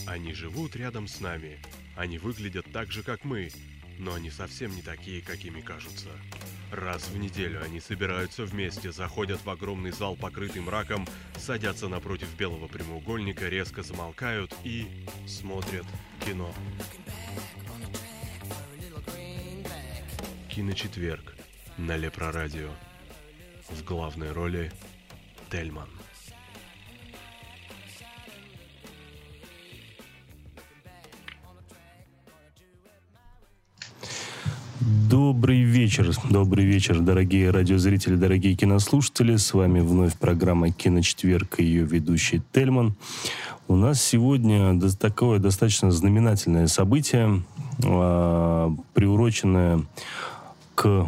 Они живут рядом с нами. Они выглядят так же, как мы, но они совсем не такие, какими кажутся. Раз в неделю они собираются вместе, заходят в огромный зал, покрытый мраком, садятся напротив белого прямоугольника, резко замолкают и смотрят кино. Киночетверг на Лепрорадио. В главной роли Тельман. Добрый вечер, дорогие радиозрители, дорогие кинослушатели. С вами вновь программа «Киночетверг» и ее ведущий Тельман. У нас сегодня такое достаточно знаменательное событие, приуроченное к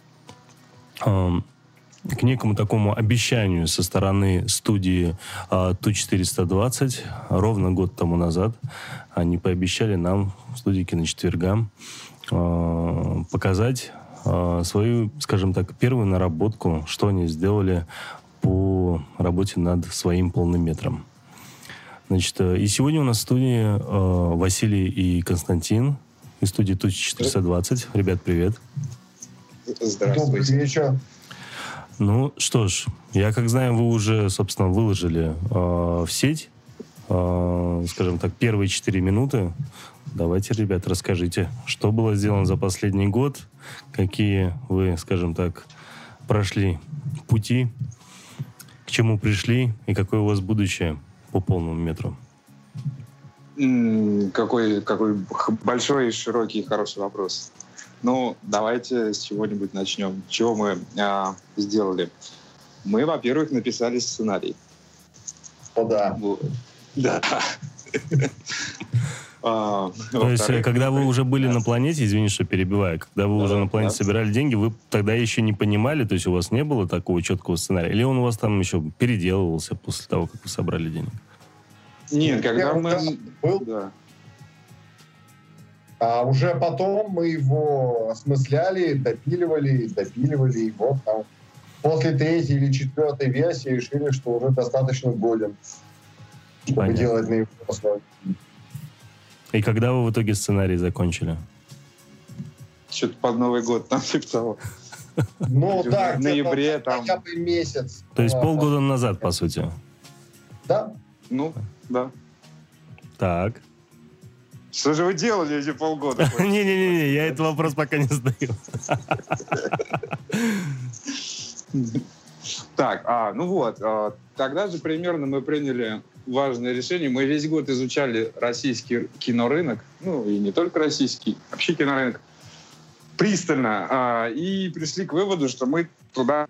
некому такому обещанию со стороны студии Ту-420. Ровно год тому назад они пообещали нам в студии «Киночетверга» показать свою, скажем так, первую наработку, что они сделали по работе над своим полным метром. Значит, и сегодня у нас в студии Василий и Константин из студии Ту-420. Ребят, привет. Здравствуйте. Добрый вечер. Ну, что ж, я, как знаю, вы уже, собственно, выложили в сеть, скажем так, первые 4 минуты. Давайте, ребят, расскажите, что было сделано за последний год, какие вы, скажем так, прошли пути, к чему пришли и какое у вас будущее по полному метру. Какой большой, широкий и хороший вопрос. Ну, давайте с чего-нибудь начнем. Чего мы сделали? Мы, во-первых, написали сценарий. О, да. Да. То есть, когда вы уже были на планете, извини, что перебиваю, когда вы уже на планете собирали деньги, вы тогда еще не понимали, то есть у вас не было такого четкого сценария? Или он у вас там еще переделывался после того, как вы собрали денег? Нет, когда мы... был. Да. А уже потом мы его осмысляли, допиливали, и вот там после 3-й или 4-й версии решили, что уже достаточно годен, чтобы Понятно. делать на его основе. И когда вы в итоге сценарий закончили? Что-то под Новый год там типа того. Ну да, в ноябре там. Ноябрь месяц. То есть полгода назад, по сути? Да. Ну, да. Так. Что же вы делали эти полгода? Не-не-не, я этот вопрос пока не задаю. Так, ну вот. Тогда же примерно мы приняли важное решение. Мы весь год изучали российский кинорынок, ну и не только российский, вообще кинорынок, пристально. И пришли к выводу, что мы туда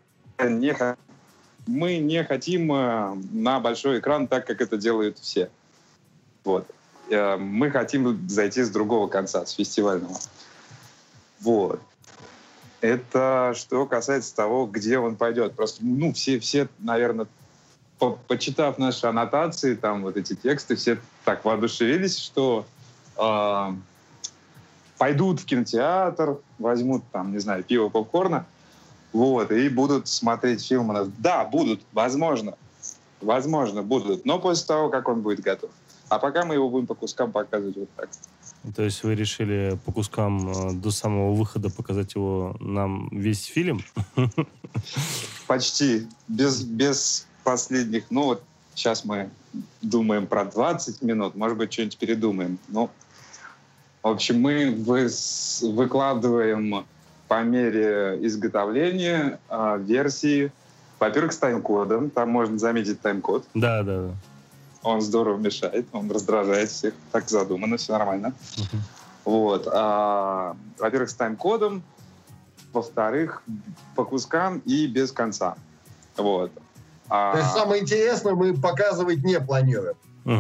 не хотим на большой экран, так как это делают все. Вот. Мы хотим зайти с другого конца, с фестивального. Вот. Это что касается того, где он пойдет. Просто, ну, все, наверное, почитав наши аннотации, там вот эти тексты, все так воодушевились, что пойдут в кинотеатр, возьмут там, не знаю, пиво, попкорна, вот, и будут смотреть фильмы. Да, будут, возможно, будут, но после того, как он будет готов. А пока мы его будем по кускам показывать вот так. То есть вы решили по кускам до самого выхода показать его нам весь фильм? Почти. Без последних. Ну вот сейчас мы думаем про 20 минут. Может быть, что-нибудь передумаем. Ну, в общем, мы выкладываем по мере изготовления версии. Во-первых, с тайм-кодом. Там можно заметить тайм-код. Да. Он здорово мешает, он раздражает всех. Так задумано, все нормально. Вот. Во-первых, с тайм-кодом. Во-вторых, по кускам и без конца. Вот. То есть самое интересное мы показывать не планируем.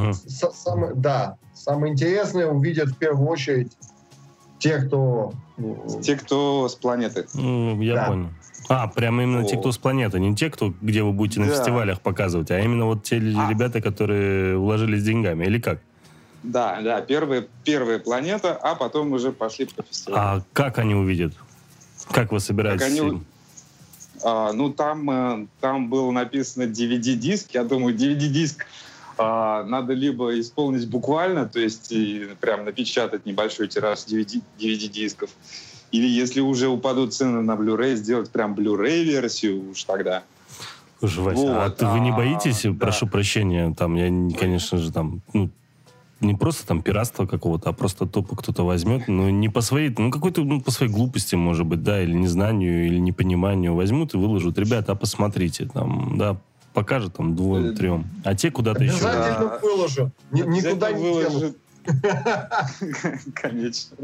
Самое интересное увидят в первую очередь те, кто с планеты. Я понял. Прямо именно те, кто с планеты, не те, кто, где вы будете на фестивалях показывать, а именно вот те ребята, которые вложились деньгами, или как? Да, первая планета, а потом уже пошли по фестивалю. А как они увидят? Как вы собираетесь? Там было написано DVD-диск. Я думаю, DVD-диск надо либо исполнить буквально, то есть и прям напечатать небольшой тираж DVD-дисков, или если уже упадут цены на Blu-ray, сделать прям Blu-ray-версию уж тогда. Слушай, Вася, вы не боитесь, прошу прощения, там, я, конечно же, там, не просто там пиратство какого-то, а просто тупо кто-то возьмет, не по своей, какой-то, по своей глупости, может быть, да, или незнанию, или непониманию возьмут и выложат. Ребята, посмотрите, там, да, покажут там 2-3. А те куда-то еще... Обязательно выложат. Никуда не выложат. Конечно.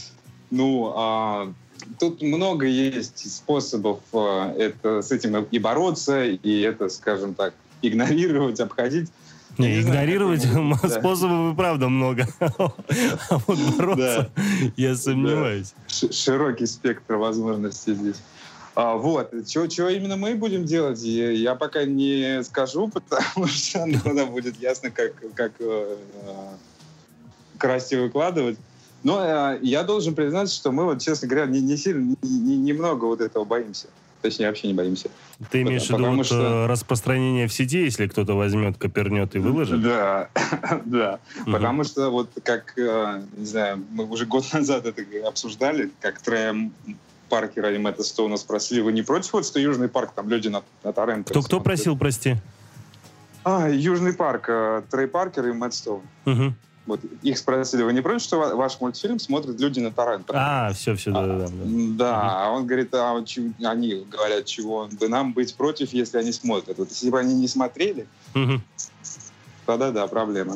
Тут много есть способов с этим и бороться, и это, скажем так, игнорировать, обходить. Игнорировать способов и правда много. А вот бороться, я сомневаюсь. Широкий спектр возможностей здесь. Чего именно мы будем делать, я пока не скажу, потому что тогда будет ясно, как красть и выкладывать. Но я должен признать, что мы, честно говоря, немного вот этого боимся. Точнее, вообще не боимся. Ты имеешь в виду распространение в сети, если кто-то возьмет, копернет и выложит? Да. Потому что не знаю, мы уже год назад это обсуждали, как Трея Паркера и Мэтта Стоуна спросили, вы не против, что Южный парк, там люди на торрентах... Кто просил, прости? Южный парк, Трей Паркер и Мэтт Стоун. Угу. Их спросили, вы не против, что ваш мультфильм смотрят люди на торрентах? Все, да. Да, а он говорит, они говорят, чего бы нам быть против, если они смотрят. Если бы они не смотрели, тогда да, проблема.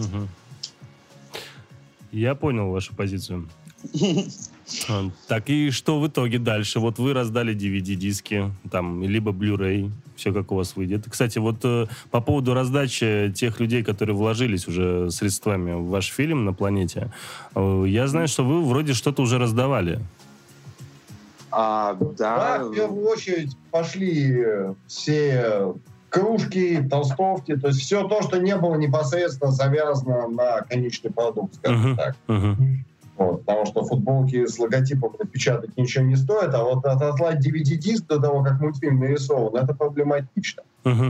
Я понял вашу позицию. Так, и что в итоге дальше? Вот вы раздали DVD-диски, там, либо Blu-ray, все как у вас выйдет. Кстати, по поводу раздачи тех людей, которые вложились уже средствами в ваш фильм «На планете», я знаю, что вы вроде что-то уже раздавали. Да. В первую очередь пошли все кружки, толстовки, то есть все то, что не было непосредственно завязано на конечный продукт, скажем так. Потому что футболки с логотипом напечатать ничего не стоит, а вот отослать DVD-диск до того, как мультфильм нарисован, это проблематично.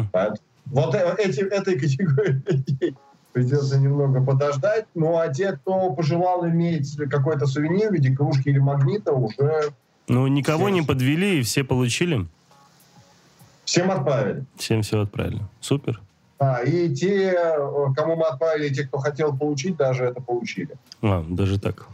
Этой категории людей придется немного подождать. А те, кто пожелал иметь какой-то сувенир в виде кружки или магнита, уже... никого не подвели, и все получили? Всем отправили. Всем все отправили. Супер. И те, кому мы отправили, те, кто хотел получить, даже это получили. Даже так.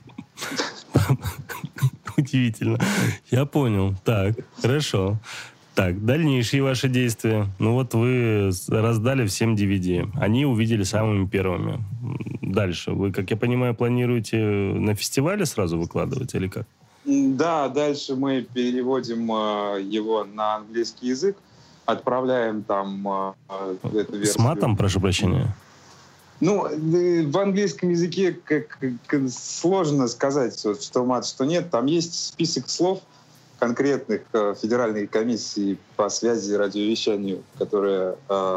Удивительно. Я понял. Так, хорошо. Так, дальнейшие ваши действия. Вы раздали всем DVD. Они увидели самыми первыми. Дальше. Вы, как я понимаю, планируете на фестивале сразу выкладывать или как? Да, дальше мы переводим его на английский язык. Отправляем там эту версию. С матом, прошу прощения? В английском языке сложно сказать, что мат, что нет. Там есть список слов конкретных Федеральной комиссии по связи и радиовещанию, которые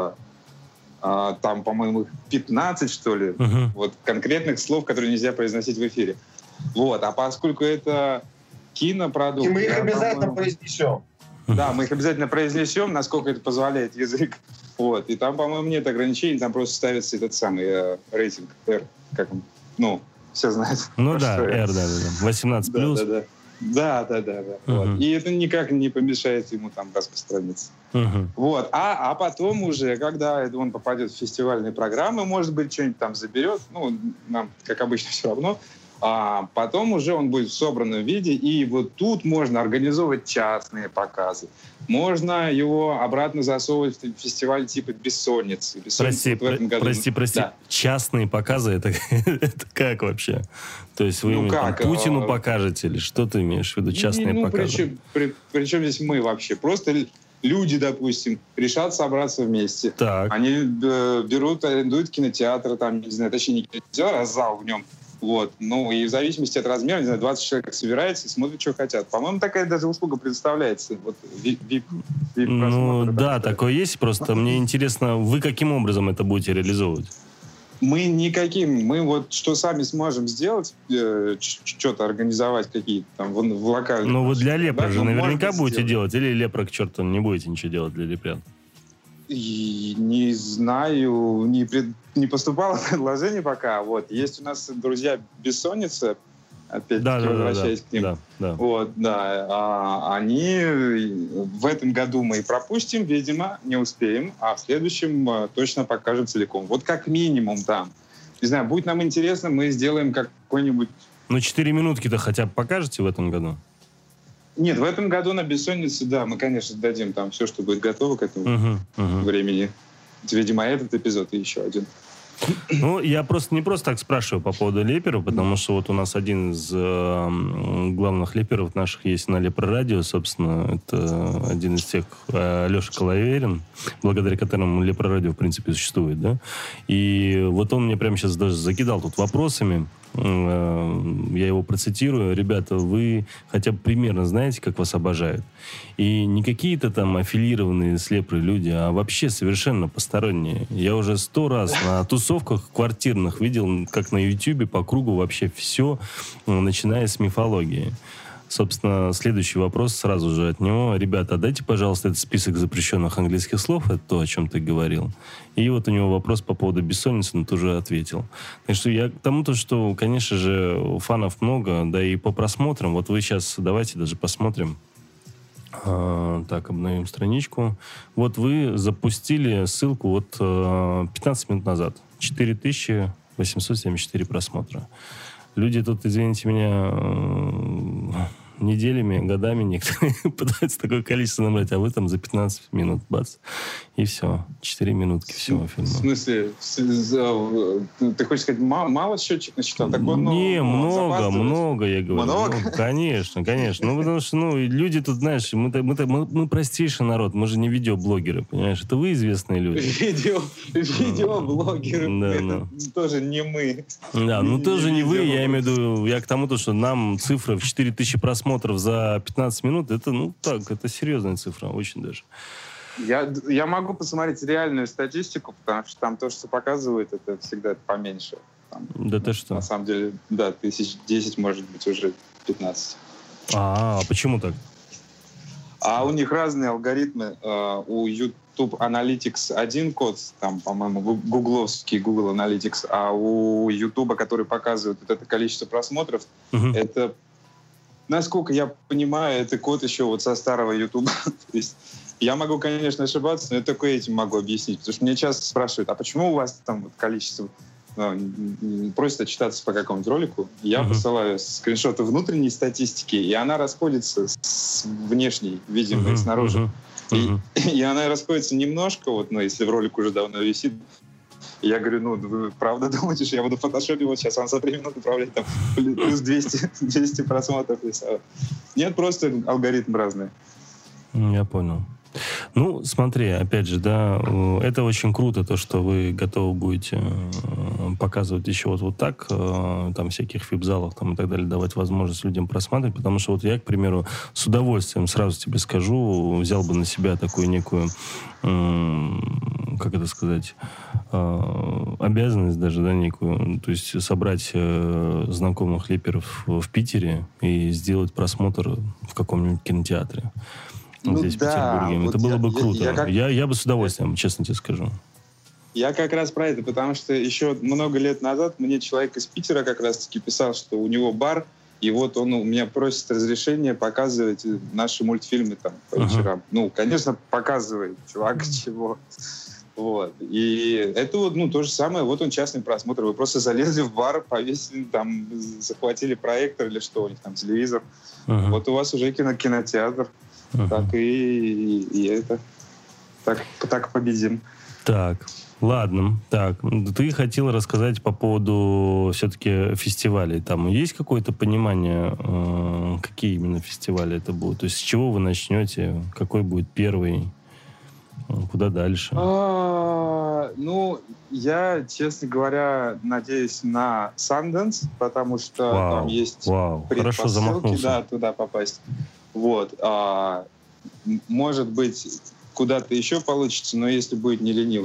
там, по-моему, 15, что ли, конкретных слов, которые нельзя произносить в эфире. А поскольку это кинопродукт... И мы их обязательно произнесем. Да, мы их обязательно произнесем, насколько это позволяет язык. И там, по-моему, нет ограничений, там просто ставится этот самый рейтинг R, как он, все знают. R, да. 18+. Да. И это никак не помешает ему там распространиться. А потом уже, когда он попадет в фестивальные программы, может быть, что-нибудь там заберет, нам, как обычно, все равно. А потом уже он будет в собранном виде, и тут можно организовывать частные показы. Можно его обратно засовывать в фестиваль типа «Бессонницы». Прости. Да. Частные показы, это как вообще? То есть вы Путину покажете, или что ты имеешь в виду, частные показы? Причем здесь мы вообще? Просто люди, допустим, решат собраться вместе. Так. Они арендуют кинотеатр, точнее не кинотеатр, а зал в нем. И в зависимости от размера, 20 человек собирается и смотрят, что хотят. По-моему, такая даже услуга предоставляется. Да, такое есть. Просто мне интересно, вы каким образом это будете реализовывать? Мы никаким. Мы что сами сможем сделать, что-то организовать какие-то там в локальном... Вы для Лепра же наверняка будете делать, или Лепра к черту не будете ничего делать для Лепрян? И не знаю, не поступало предложение пока. Вот. Есть у нас друзья «Бессонница», опять-таки возвращаясь к ним. Вот, да. Они в этом году мы и пропустим, видимо, не успеем, а в следующем точно покажем целиком. Вот как минимум там. Не знаю, будет нам интересно, мы сделаем какой-нибудь... 4 минутки-то хотя бы покажете в этом году? Нет, в этом году на «Бессоннице», да, мы, конечно, дадим там все, что будет готово к этому времени. Видимо, этот эпизод и еще один. Я не просто так спрашиваю по поводу леперов, потому что вот у нас один из главных леперов наших есть на Лепрорадио, собственно, это один из тех, Леша Коловерин, благодаря которому Лепрорадио, в принципе, существует, да, и вот он мне прямо сейчас даже закидал тут вопросами, я его процитирую: ребята, вы хотя бы примерно знаете, как вас обожают. И не какие-то там аффилированные слепые люди, а вообще совершенно посторонние. Я уже 100 раз на тусовках квартирных видел, как на Ютьюбе по кругу вообще все, начиная с мифологии. Собственно, следующий вопрос сразу же от него. Ребята, дайте, пожалуйста, этот список запрещенных английских слов. Это то, о чем ты говорил. И вот у него вопрос по поводу «Бессонницы», но ты уже ответил. Так что я к тому-то, что, конечно же, фанов много, да и по просмотрам. Вот вы сейчас давайте даже посмотрим. Так, обновим страничку. Вот вы запустили ссылку 15 минут назад. 4874 просмотра. Люди тут, извините меня, неделями, годами некоторые пытаются такое количество набрать, а вы там за 15 минут, бац, и все. 4 минутки всего фильма. В смысле, ты хочешь сказать, мало счетчик насчитал? Не, много, я говорю. Много? Конечно. Потому что, люди тут, знаешь, мы простейший народ, мы же не видеоблогеры, понимаешь? Это вы известные люди. Видеоблогеры, это тоже не мы. Да, тоже не вы, я имею в виду, я к тому, что нам цифра в 4000 просмотров за 15 минут, это, это серьезная цифра, очень даже. Я могу посмотреть реальную статистику, потому что там то, что показывают, это всегда поменьше. Там, да ты что? На самом деле, да, 1010, может быть, уже 15. Почему так? А у них разные алгоритмы. У YouTube Analytics один код, там, по-моему, гугловский Google Analytics, а у YouTube, который показывает вот это количество просмотров, это, насколько я понимаю, это код еще со старого YouTube. То есть я могу, конечно, ошибаться, но я только этим могу объяснить. Потому что меня часто спрашивают, а почему у вас там количество... просят отчитаться по какому-нибудь ролику. Я посылаю скриншоты внутренней статистики, и она расходится с внешней, видимой снаружи. И она расходится немножко, если в ролик уже давно висит. Я говорю, вы правда думаете, что я буду в фотошопе сейчас вам за 3 минуты управлять там плюс 200 просмотров? Нет, просто алгоритм разный. Я понял. Смотри, опять же, да, это очень круто, то, что вы готовы будете показывать еще вот так, там, всяких фип-залах там, и так далее, давать возможность людям просматривать, потому что я, к примеру, с удовольствием, сразу тебе скажу, взял бы на себя такую некую, как это сказать, обязанность даже, да, некую, то есть собрать знакомых леперов в Питере и сделать просмотр в каком-нибудь кинотеатре. Здесь, в Петербурге. Это было бы круто. Я бы с удовольствием, честно тебе скажу. Я как раз про это, потому что еще много лет назад мне человек из Питера как раз-таки писал, что у него бар, и вот он у меня просит разрешения показывать наши мультфильмы там по вечерам. Конечно, показывает, чувак, чего. Вот. И это то же самое, он частный просмотр. Вы просто залезли в бар, повесили, там, захватили проектор или что у них там, телевизор. Вот у вас уже кинотеатр. Так и это. Так победим. Так, ладно. Так, ты хотел рассказать по поводу все-таки фестивалей. Там есть какое-то понимание, какие именно фестивали это будут? То есть с чего вы начнете? Какой будет первый? Куда дальше? Я, честно говоря, надеюсь на Sundance, потому что там есть предпосылки, туда попасть. Вот. Может быть, куда-то еще получится, но если будет не лениво...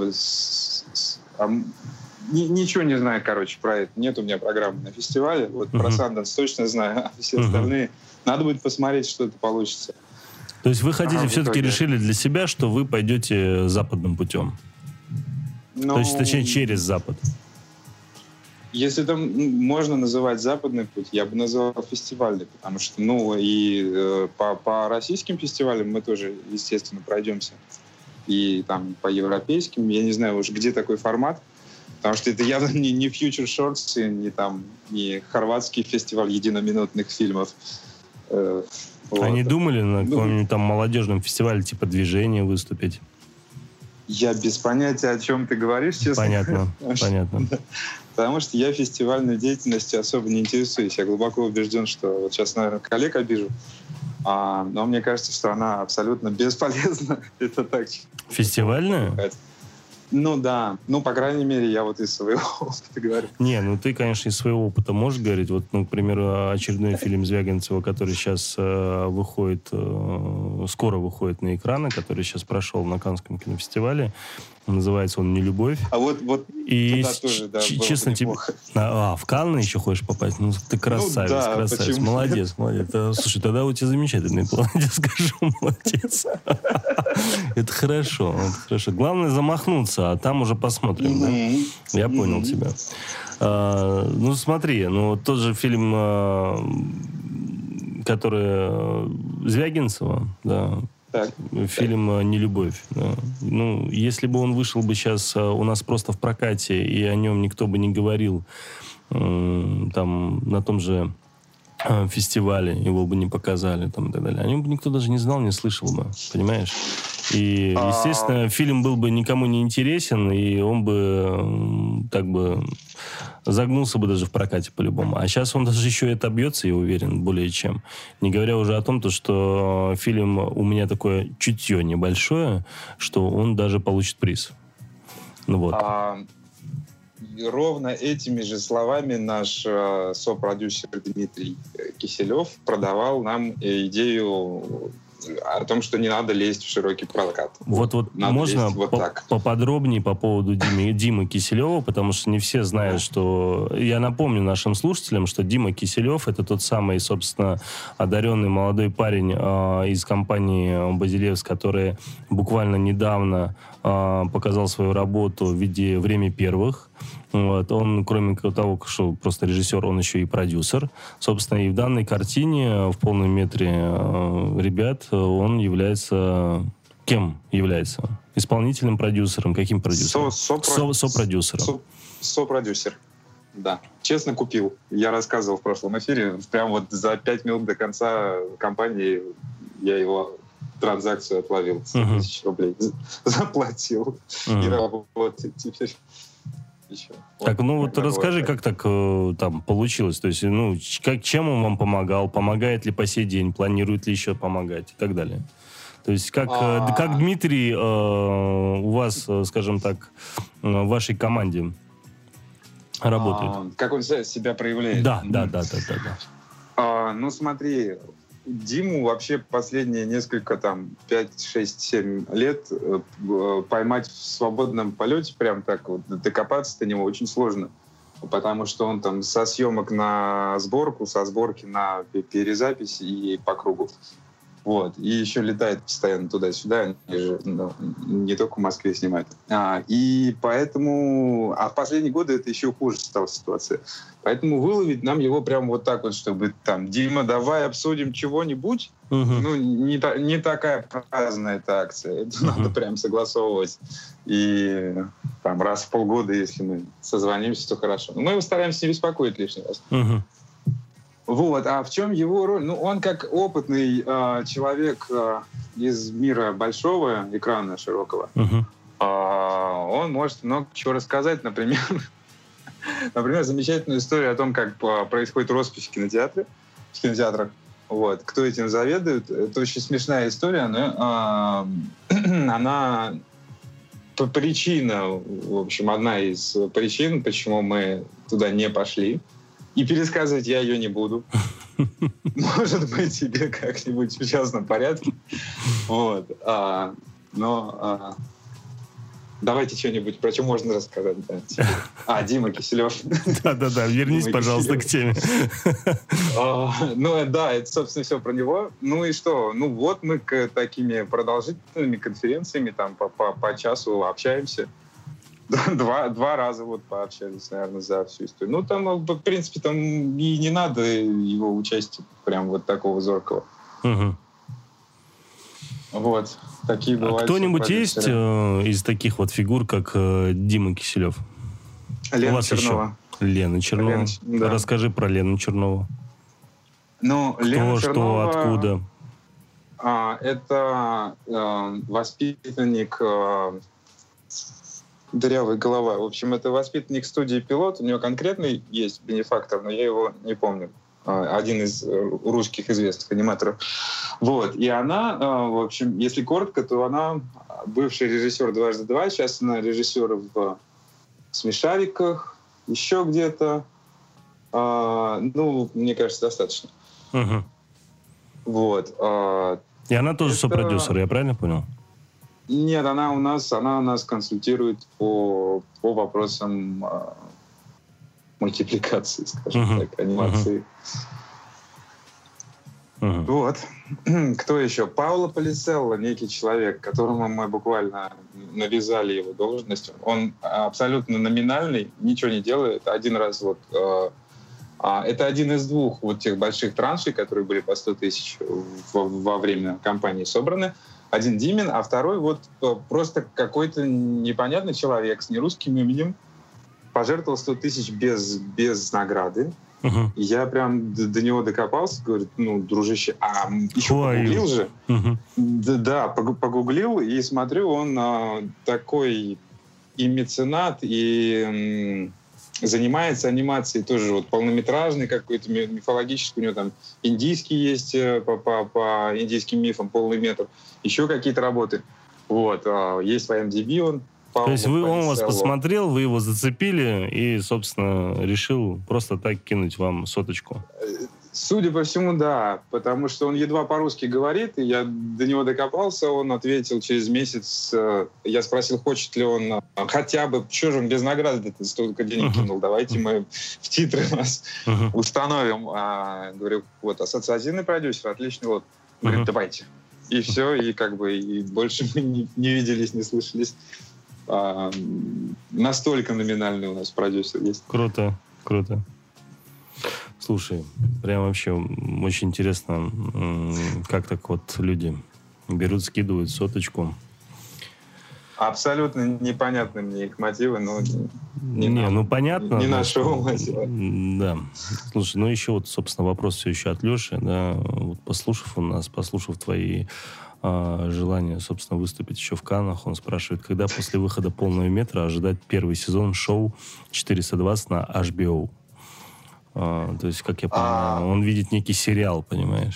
Ничего не знаю, про это. Нет у меня программы на фестивале. Про Sundance точно знаю, а все остальные... Надо будет посмотреть, что это получится. То есть вы хотите, все-таки решили для себя, что вы пойдете западным путем? То есть, точнее, через Запад? Если там можно называть западный путь, я бы назвал фестивальный, потому что, по российским фестивалям мы тоже, естественно, пройдемся. И там по европейским, я не знаю уж, где такой формат, потому что это явно не Future Shorts, не хорватский фестиваль единоминутных фильмов. Они думали на каком-нибудь там молодежном фестивале типа «Движение» выступить? Я без понятия, о чем ты говоришь, честно. Понятно. Потому что я фестивальной деятельностью особо не интересуюсь. Я глубоко убежден, что вот сейчас, наверное, коллег обижу, но мне кажется, что она абсолютно бесполезна. Это так. Фестивальная? Ну да. По крайней мере, я вот из своего опыта говорю. Не, ты, конечно, из своего опыта можешь говорить. Вот, к примеру, очередной фильм Звягинцева, который сейчас скоро выходит на экраны, который сейчас прошел на Каннском кинофестивале. Называется он «Нелюбовь». А вот и туда тоже, да, честно тебе... в Канны еще хочешь попасть? Ты красавец, красавец. Почему? Молодец. Слушай, тогда у тебя замечательный план, я скажу, молодец. Это хорошо. Главное замахнуться, а там уже посмотрим, да? Я понял тебя. Смотри, тот же фильм, который Звягинцева, да, фильм «Нелюбовь». Да. Если бы он вышел бы сейчас у нас просто в прокате, и о нем никто бы не говорил, там, на том же фестивале, его бы не показали, там, и так далее, о нем бы никто даже не знал, не слышал бы, понимаешь? И, естественно, фильм был бы никому не интересен, и он бы загнулся бы даже в прокате по-любому. А сейчас он даже еще и отобьется, я уверен, более чем. Не говоря уже о том, что фильм у меня такое чутье небольшое, что он даже получит приз. Ровно этими же словами наш сопродюсер Дмитрий Киселев продавал нам идею о том, что не надо лезть в широкий прокат. Можно поподробнее по поводу Димы Киселева, потому что не все знают, что... Я напомню нашим слушателям, что Дима Киселев — это тот самый, собственно, одаренный молодой парень из компании «Базилевс», который буквально недавно показал свою работу в виде «Время первых». Он, кроме того, что просто режиссер, он еще и продюсер. Собственно, и в данной картине в полном метре ребят он является... Кем является? Исполнительным продюсером? Каким продюсером? Сопродюсером. Сопродюсер. Да. Честно купил. Я рассказывал в прошлом эфире. Прям за 5 минут до конца кампании я его транзакцию отловил. 100 тысяч рублей заплатил. И работает теперь. Еще. Расскажи, как так там получилось, то есть, чем он вам помогал, помогает ли по сей день, планирует ли еще помогать и так далее. То есть, как Дмитрий у вас, скажем так, в вашей команде работает? Как он себя проявляет? Да. Смотри, Диму вообще последние несколько, 5, 6, 7 лет поймать в свободном полете, прям так докопаться до него очень сложно. Потому что он там со съемок на сборку, со сборки на перезапись и по кругу. И еще летает постоянно туда-сюда, они же не только в Москве снимают. И поэтому... А в последние годы это еще хуже стала ситуация. Поэтому выловить нам его прям так чтобы Дима, давай обсудим чего-нибудь. Не такая праздная эта акция. Это надо прям согласовывать. И раз в полгода, если мы созвонимся, то хорошо. Но мы его стараемся не беспокоить лишний раз. А в чем его роль? Он как опытный человек из мира большого экрана широкого, он может много чего рассказать, например, замечательную историю о том, как происходит роспись в кинотеатрах. Кто этим заведует. Это очень смешная история, но она причина, в общем, одна из причин, почему мы туда не пошли. И пересказывать я ее не буду. Может быть, тебе как-нибудь в частном порядке. Давайте что-нибудь, про что можно рассказать. Да. Дима Киселев. Да-да-да, вернись, пожалуйста, к теме. Ну да, это, собственно, все про него. Ну и что? Ну вот мы к такими продолжительными конференциями там по часу общаемся. Два раза вот пообщались, наверное, за всю историю. Ну там, в принципе, там и не надо его участия прям вот такого зоркого. Вот. Такие бывают. Кто-нибудь есть из таких вот фигур, как Дима Киселев? Лена Чернова. Лена Чернова. Да. Расскажи про Лену Чернову. Ну, кто, Лена Чернова, что, откуда? Это воспитанник «Дырявая голова». В общем, это воспитанник студии «Пилот». У него конкретный есть бенефактор, но я его не помню. Один из русских известных аниматоров. Вот. И она, в общем, если коротко, то она бывший режиссер «Дважды два», сейчас она режиссер в «Смешариках», еще где-то. Ну, мне кажется, достаточно. Вот. И она тоже сопродюсер, я правильно понял? Нет, она у нас консультирует по вопросам мультипликации, скажем так, анимации. Вот. Кто еще? Пауло Полиселло, некий человек, которому мы буквально навязали его должность. Он абсолютно номинальный, ничего не делает. Один раз вот... это один из двух вот тех больших траншей, которые были по 100 тысяч во время кампании собраны. Один Димин, а второй вот просто какой-то непонятный человек с нерусским именем пожертвовал 100 тысяч без награды. И я прям до него докопался, говорит, ну, дружище, еще погуглил же. Да, погуглил, и смотрю, он такой и меценат, и занимается анимацией тоже вот полнометражный какой-то, мифологический, у него там индийский есть по индийским мифам, полный метр, еще какие-то работы. Вот, есть в IMDb он. То есть он вас посмотрел, вы его зацепили и, собственно, решил просто так кинуть вам 100. Судя по всему, да, потому что он едва по-русски говорит, и я до него докопался, он ответил через месяц, я спросил, хочет ли он хотя бы, что же он без награды столько денег кинул, давайте мы в титры нас установим. Говорю, вот, ассоциативный продюсер, отлично, вот. Говорит, давайте. И все, и как бы и больше мы не виделись, не слышались. Настолько номинальный у нас продюсер есть. Круто, круто. Слушай, прям вообще очень интересно, как так вот люди берут, скидывают 100. Абсолютно непонятны мне их мотивы, но понятно. Не нашего мотива. Да. Слушай, ну еще вот, собственно, вопрос все еще от Леши, да, вот послушав твои желание, собственно, выступить еще в Каннах. Он спрашивает, когда после выхода «Полного метра» ожидать первый сезон шоу 420 на HBO? То есть, как я понимаю, он видит некий сериал, понимаешь?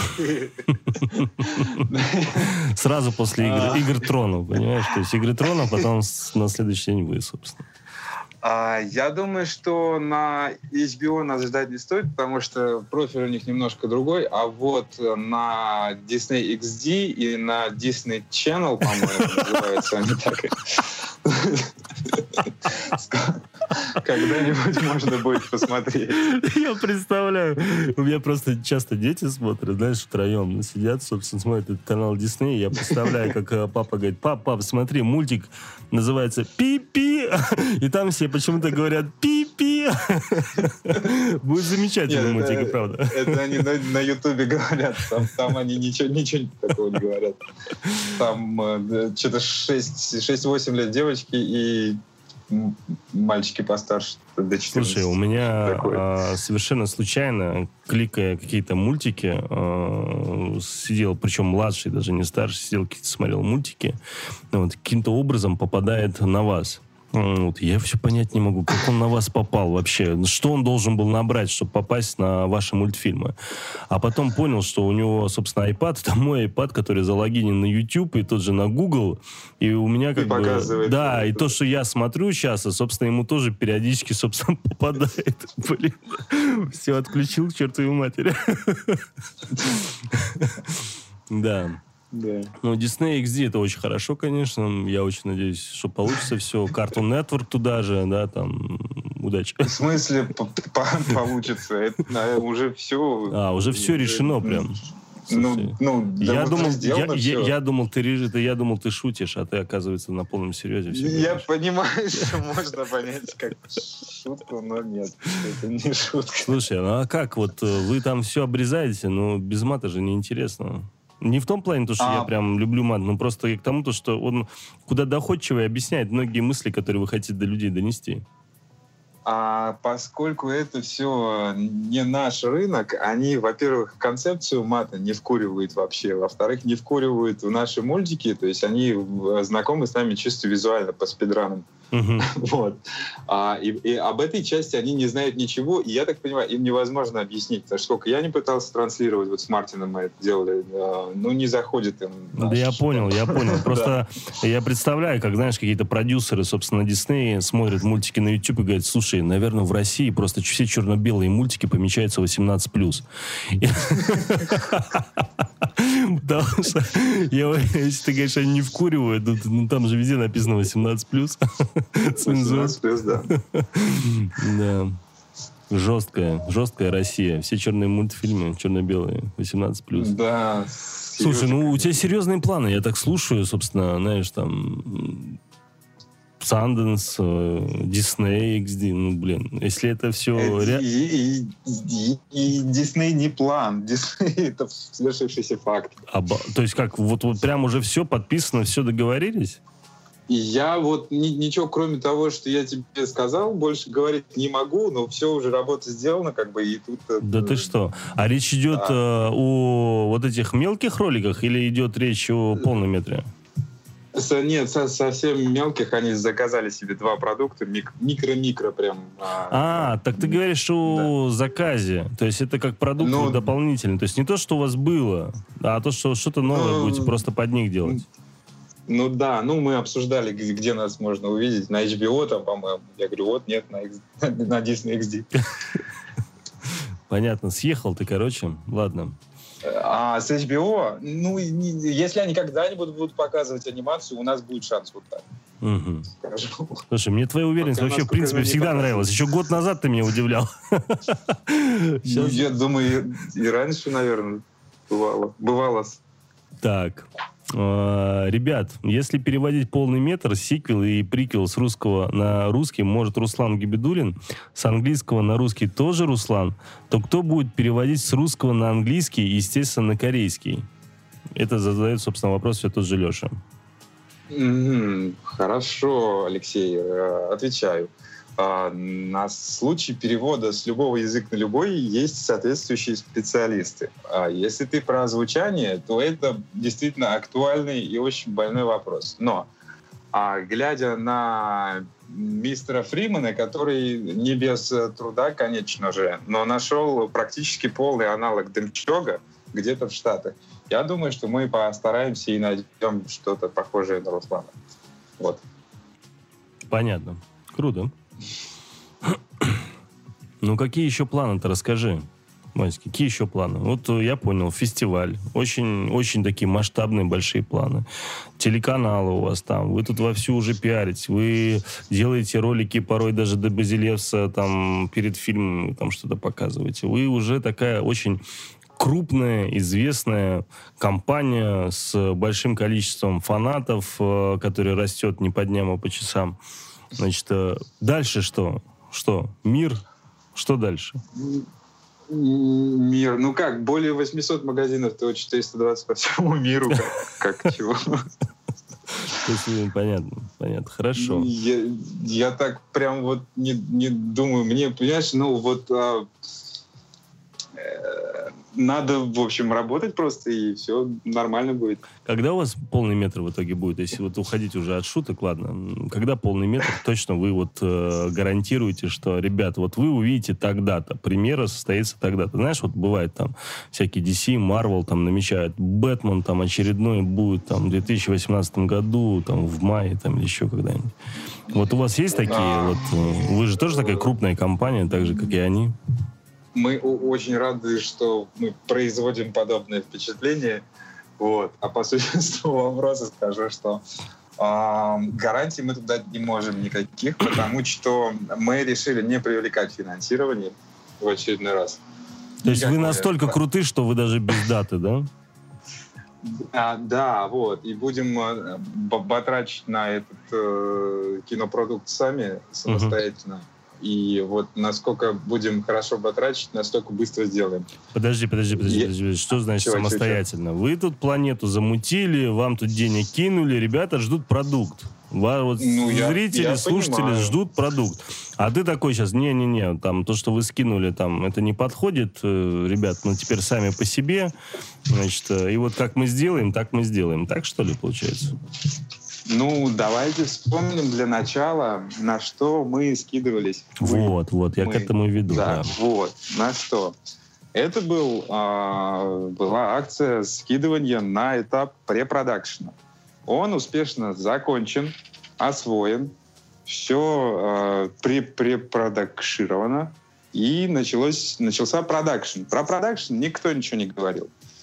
Сразу после «Игр Тронов», понимаешь? То есть «Игры Тронов», потом на следующий день вы, собственно. Я думаю, что на HBO нас ждать не стоит, потому что профиль у них немножко другой, а вот на Disney XD и на Disney Channel, по-моему, называются они так. Когда-нибудь можно будет посмотреть. Я представляю. У меня просто часто дети смотрят, знаешь, втроем сидят, собственно, смотрят этот канал Disney. Я представляю, как папа говорит, пап, смотри, мультик называется «Пи-пи», и там все почему-то говорят «Пи-пи». Будет замечательный мультик, правда. Это они на Ютубе говорят. Там они ничего такого не говорят. Там что-то 6-8 лет девочки и мальчики постарше, до 14. Слушай, у меня совершенно случайно, кликая какие-то мультики, сидел, причем младший, даже не старший, сидел, смотрел мультики, вот, каким-то образом попадает на вас. Вот, я все понять не могу, как он на вас попал вообще. Что он должен был набрать, чтобы попасть на ваши мультфильмы. А потом понял, что у него, собственно, iPad, это мой iPad, который залогинен на YouTube и тот же на Google. И у меня как бы... Да, и то, что я смотрю сейчас, и, собственно, ему тоже периодически, собственно, попадает. Блин, все отключил к чертовой матери. Да. Да. Ну, Disney XD это очень хорошо, конечно. Я очень надеюсь, что получится все. Cartoon Network туда же, да, там, удачи. В смысле получится? Это уже все... Уже все решено прям. Я думал, ты шутишь, а ты, оказывается, на полном серьезе. Я понимаю, что можно понять как шутку, но нет, это не шутка. Слушай, ну а как? Вот вы там все обрезаете, но без мата же неинтересно. Не в том плане, что я прям люблю мат, но просто к тому, что он куда доходчиво объясняет многие мысли, которые вы хотите до людей донести. А поскольку это все не наш рынок, они, во-первых, концепцию мата не вкуривают вообще, во-вторых, не вкуривают в наши мультики, то есть они знакомы с нами чисто визуально по спидранам. Вот. И об этой части они не знают ничего, и я так понимаю, им невозможно объяснить, потому что сколько я не пытался транслировать, вот с Мартином мы это делали, не заходит им. Да я понял. Просто я представляю, как, знаешь, какие-то продюсеры, собственно, Disney смотрят мультики на YouTube и говорят: слушай, наверное, в России просто все черно-белые мультики помечаются 18+. Потому что, если ты говоришь, они не вкуривают, там же везде написано 18+. 18+, да. Да. Жесткая Россия. Все черные мультфильмы, черно-белые, 18+. Да. Слушай, у тебя серьезные планы. Я так слушаю, собственно, знаешь, там... Sundance, Disney XD, если это все... И Disney не план, Disney это свершившийся факт. То есть как, вот прям уже все подписано, все договорились? Я вот ничего, кроме того, что я тебе сказал, больше говорить не могу, но все уже, работа сделана, как бы, и тут... Да ты что? А речь идет о вот этих мелких роликах или идет речь о полном метре? Нет, совсем мелких. Они заказали себе 2 продукта, микро-микро прям. Так ты говоришь о заказе. То есть это как продукт дополнительный. То есть не то, что у вас было, а то, что что-то новое будете просто под них делать. Мы обсуждали, где нас можно увидеть. На HBO там, по-моему. Я говорю, нет, на Disney XD. Понятно. Съехал ты, ладно. А с HBO, если они когда-нибудь будут показывать анимацию, у нас будет шанс вот так. Угу. Скажу. Слушай, мне твоя уверенность вообще, в принципе, всегда нравилась. Еще год назад ты меня удивлял. Я думаю, и раньше, наверное, бывало. Так. Ребят, если переводить полный метр, сиквел и приквел с русского на русский может Руслан Гибидуллин, с английского на русский тоже Руслан, то кто будет переводить с русского на английский и, естественно, на корейский? Это задает, собственно, вопрос все тот же Леша. Хорошо, Алексей, отвечаю. На случай перевода с любого языка на любой есть соответствующие специалисты. Если ты про озвучание, то это действительно актуальный и очень больной вопрос. Но, глядя на мистера Фримена, который не без труда, конечно же, но нашел практически полный аналог Демчога где-то в Штатах, я думаю, что мы постараемся и найдем что-то похожее на Руслана. Вот. Понятно. Круто. Какие еще планы-то, расскажи, Вась, какие еще планы? Вот я понял, фестиваль, очень такие масштабные, большие планы. Телеканалы у вас там, вы тут вовсю уже пиарите, вы делаете ролики порой даже до Базилевса, там, перед фильмом там что-то показываете. Вы уже такая очень крупная, известная компания с большим количеством фанатов, который растет не по дням, а по часам. Значит, дальше что? Что? Мир? Что дальше? Мир. Более 800 магазинов, то 420 по всему миру. Как чего? Понятно. Хорошо. Я так прям вот не думаю. Мне, понимаешь, надо, в общем, работать просто, и все нормально будет. Когда у вас полный метр в итоге будет? Если вот уходить уже от шуток, ладно. Когда полный метр, точно вы гарантируете, что, ребят, вот вы увидите тогда-то, премьера состоится тогда-то. Знаешь, вот бывает там всякие DC, Marvel там намечают, Бэтмен там очередной будет там в 2018 году, там в мае там или еще когда-нибудь. Вот у вас есть такие, вы же тоже такая крупная компания, так же, как и они? Мы очень рады, что мы производим подобное впечатление. Вот. А по существу вопроса скажу, что гарантий мы тут дать не можем никаких, потому что мы решили не привлекать финансирование в очередной раз. То есть вы настолько круты, что вы даже без даты, да? Да, вот. И будем батрачить на этот кинопродукт сами, самостоятельно. И вот насколько будем хорошо батрачить, настолько быстро сделаем. Подожди. Что значит самостоятельно? Вы тут планету замутили, вам тут денег кинули, ребята ждут продукт. Зрители, слушатели понимаю. Ждут продукт. А ты такой сейчас, не-не-не, там, то, что вы скинули, там, это не подходит, ребят, теперь сами по себе, значит, и вот как мы сделаем, так мы сделаем. Так, что ли, получается? Давайте вспомним для начала, на что мы скидывались. Вот, я к этому и веду. Да, вот, на что. Это была акция скидывания на этап препродакшена. Он успешно закончен, освоен, все препродакшировано, и начался продакшн. Про продакшн никто ничего не говорил.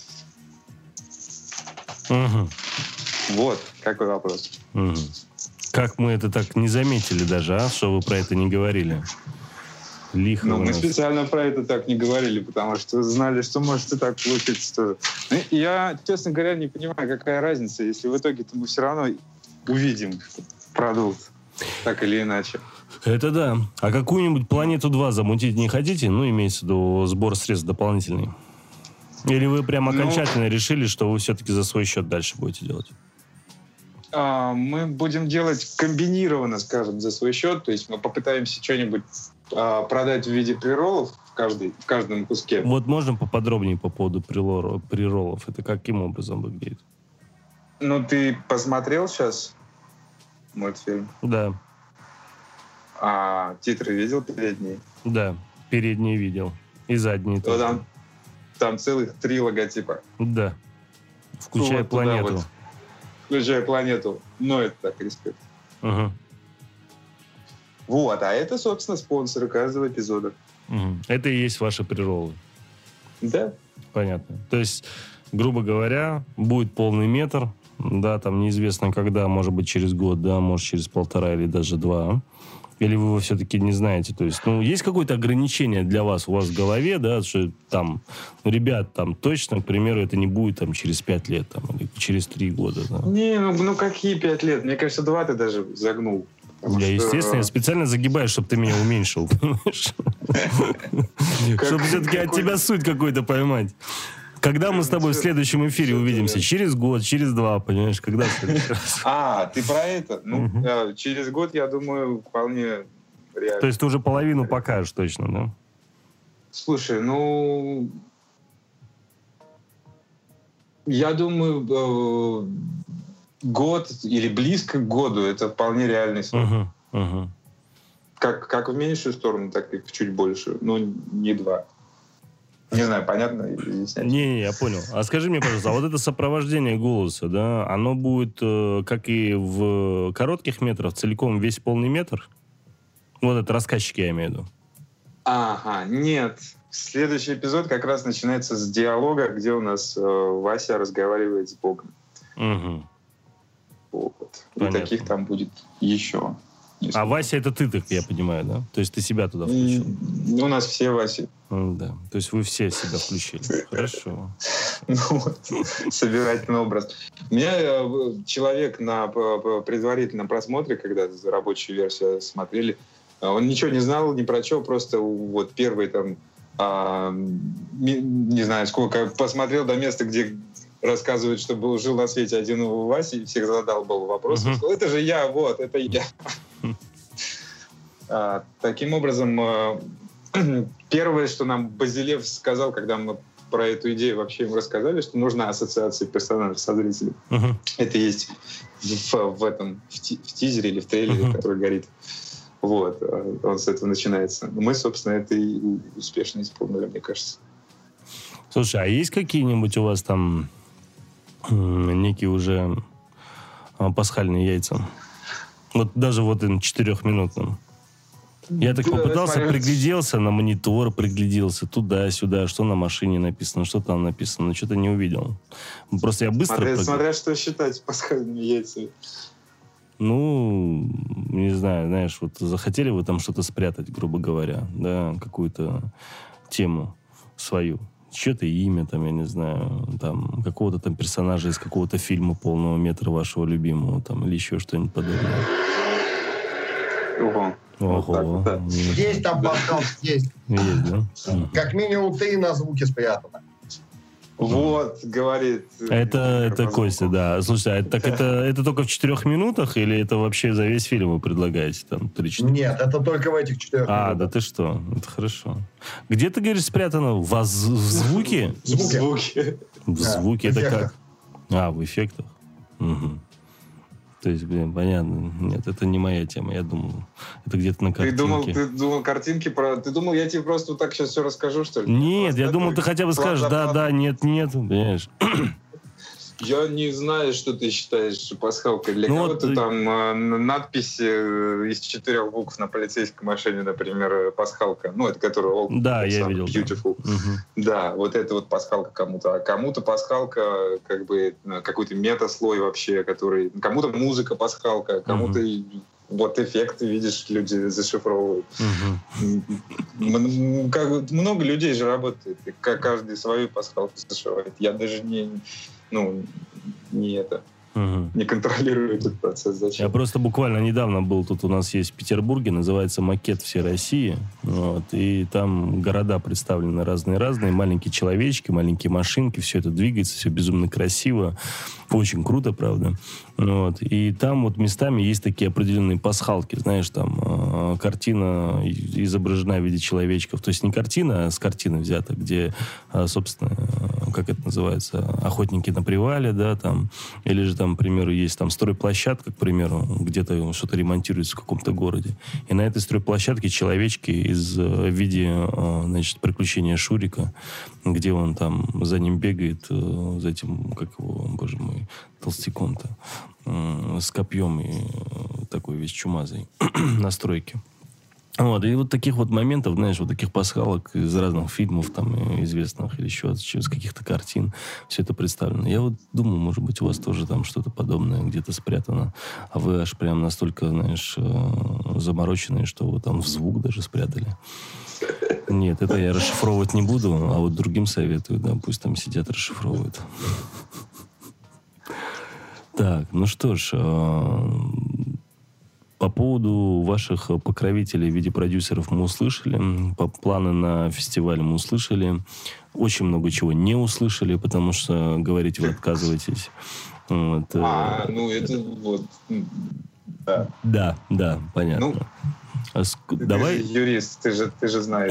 Угу. Вот, какой вопрос. Угу. Как мы это так не заметили даже, что вы про это не говорили? Лихо мы специально про это так не говорили, потому что знали, что может и так получиться. Я, честно говоря, не понимаю, какая разница, если в итоге-то мы все равно увидим продукт, так или иначе. Это да. А какую-нибудь «Планету 2» замутить не хотите? Имеется в виду сбор средств дополнительный. Или вы прям окончательно решили, что вы все-таки за свой счет дальше будете делать? Мы будем делать комбинированно, скажем, за свой счет. То есть мы попытаемся что-нибудь продать в виде прероллов в каждом куске. Вот можно поподробнее по поводу прероллов? Это каким образом выглядит? Ты посмотрел сейчас мультфильм? Да. А титры видел передние? Да, передние видел. И задние тоже. Там целых 3 логотипа. Да. Включая планету. Включая планету. Это так, респект. Угу. Вот, а это, собственно, спонсоры каждого эпизода. Угу. Это и есть ваши прероллы. Да. Понятно. То есть, грубо говоря, будет полный метр, да, там неизвестно когда, может быть, через год, да, может, через 1,5 или даже 2. Или вы его все-таки не знаете? То есть, есть какое-то ограничение для вас у вас в голове, да, что там, ребят, там точно, к примеру, это не будет там через 5 лет, там, или через 3 года, да? Не, какие 5 лет? Мне кажется, 2 ты даже загнул. Естественно, я специально загибаю, чтобы ты меня уменьшил, понимаешь? Чтобы все-таки от тебя суть какой-то поймать. Когда мы с тобой в следующем эфире увидимся? Через год, через 2, понимаешь? Когда в следующий раз? Ты про это? Через год, я думаю, вполне реально. То есть ты уже половину покажешь точно, да? Слушай, я думаю, год или близко к году — это вполне реальный срок. Как в меньшую сторону, так и в чуть большую. Не 2. Не знаю, понятно? Не, я понял. А скажи мне, пожалуйста, а вот это сопровождение голоса, да, оно будет, как и в коротких метрах, целиком весь полный метр? Вот это рассказчики, я имею в виду. Нет. Следующий эпизод как раз начинается с диалога, где у нас Вася разговаривает с Богом. Угу. Вот. И таких там будет еще. А Вася — это ты, так я понимаю, да? То есть ты себя туда включил? У нас все Васи. Да. То есть вы все себя включили. Хорошо. Собирательный образ. У меня человек на предварительном просмотре, когда рабочую версию смотрели, он ничего не знал, ни про что, просто вот первый там, не знаю сколько, посмотрел до места, где рассказывает, что жил на свете один Вася, и всех задалбал вопрос. Это же я, вот, это я. Таким образом, первое, что нам Базилев сказал, когда мы про эту идею вообще ему рассказали, что нужна ассоциация персонажа со зрителем. Это есть в тизере или в трейлере, который горит. Вот, он с этого начинается. Мы, собственно, это и успешно исполнили, мне кажется. Слушай, а есть какие-нибудь у вас там некие уже пасхальные яйца? Вот даже вот им 4-минутным. Я так попытался, пригляделся на монитор, пригляделся туда-сюда, что на машине написано, что там написано, но что-то не увидел. Просто я быстро... Смотря что считать пасхальными яйцами. Ну, не знаю, знаешь, вот захотели вы там что-то спрятать, грубо говоря, да, какую-то тему свою. Чье-то имя, там, я не знаю, там, какого-то там персонажа из какого-то фильма полного метра вашего любимого, там, или еще что-нибудь подобное. Ого. Ого. Да. Есть там пасхалки, есть. Есть, да? Как минимум ты на звуке спрятана. Вот, говорит. Это Костя, да. Слушай, это только в 4 минутах или это вообще за весь фильм вы предлагаете? Там 3-4? Нет, это только в этих 4 минутах. Да ты что? Это хорошо. Где ты, говоришь, спрятано? В звуке? В звуке. В звуке это как? В эффектах? Угу. То есть, понятно. Нет, это не моя тема. Я думал, это где-то на картинке. Ты думал картинки про... Ты думал, я тебе просто вот так сейчас все расскажу, что ли? Нет, я думал, ты хотя бы скажешь да, нет, понимаешь? Я не знаю, что ты считаешь пасхалкой. Для кого-то там надпись из 4 букв на полицейской машине, например, пасхалка. Ну, это которая All да, я видел, Beautiful. Да. Угу. Да, вот это вот пасхалка кому-то. А кому-то пасхалка как бы какой-то мета-слой вообще, который... Кому-то музыка пасхалка, кому-то... Вот эффекты, видишь, люди зашифровывают. Много людей же работает. Каждый свою пасхалку зашивает. Я даже не контролирую этот процесс. Зачем? Я просто буквально недавно был, тут у нас есть в Петербурге, называется «Макет всей России». Вот, и там города представлены разные-разные, маленькие человечки, маленькие машинки, все это двигается, все безумно красиво. Очень круто, правда. Вот. И там вот местами есть такие определенные пасхалки, знаешь, там картина изображена в виде человечков. То есть не картина, а с картины взята, где, собственно, как это называется, охотники на привале, да, там, или же там, к примеру, есть там стройплощадка, к примеру, где-то что-то ремонтируется в каком-то городе. И на этой стройплощадке человечки в виде, значит, приключения Шурика, где он там за ним бегает, за этим, как его, боже мой, толстяком-то, с копьем и такой весь чумазый на стройке. Вот, и вот таких вот моментов, знаешь, вот таких пасхалок из разных фильмов там известных или еще из каких-то картин, все это представлено. Я вот думаю, может быть, у вас тоже там что-то подобное где-то спрятано, а вы аж прям настолько, знаешь, замороченные, что вы там в звук даже спрятали. Нет, это я расшифровывать не буду, а вот другим советую, да, пусть там сидят, расшифровывают. Так, ну что ж, по поводу ваших покровителей в виде продюсеров мы услышали, планы на фестиваль мы услышали, очень много чего не услышали, потому что говорить вы отказываетесь. Вот. Это вот... Да, понятно. Давай... Ты же юрист, ты же знаешь.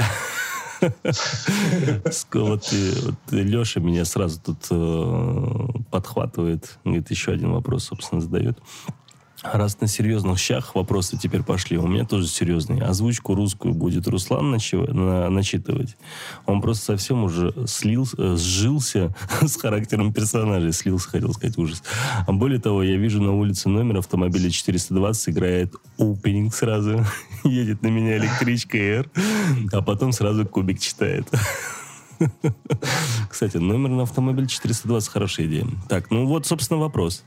Вот Леша меня сразу тут подхватывает, говорит, еще один вопрос, собственно, задает. Раз на серьезных щах вопросы теперь пошли, у меня тоже серьезные. Озвучку русскую будет Руслан начитывать. Он просто совсем уже сжился с характером персонажей. Слился, хотел сказать, ужас. А более того, я вижу на улице номер автомобиля 420, играет опенинг сразу. Едет на меня электричка R, а потом сразу кубик читает. Кстати, номер на автомобиль 420 хорошая идея. Так, ну вот, собственно, вопрос.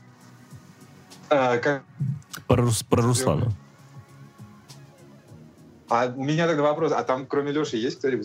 Про Руслана. А у меня тогда вопрос, а там кроме Леши есть кто-нибудь?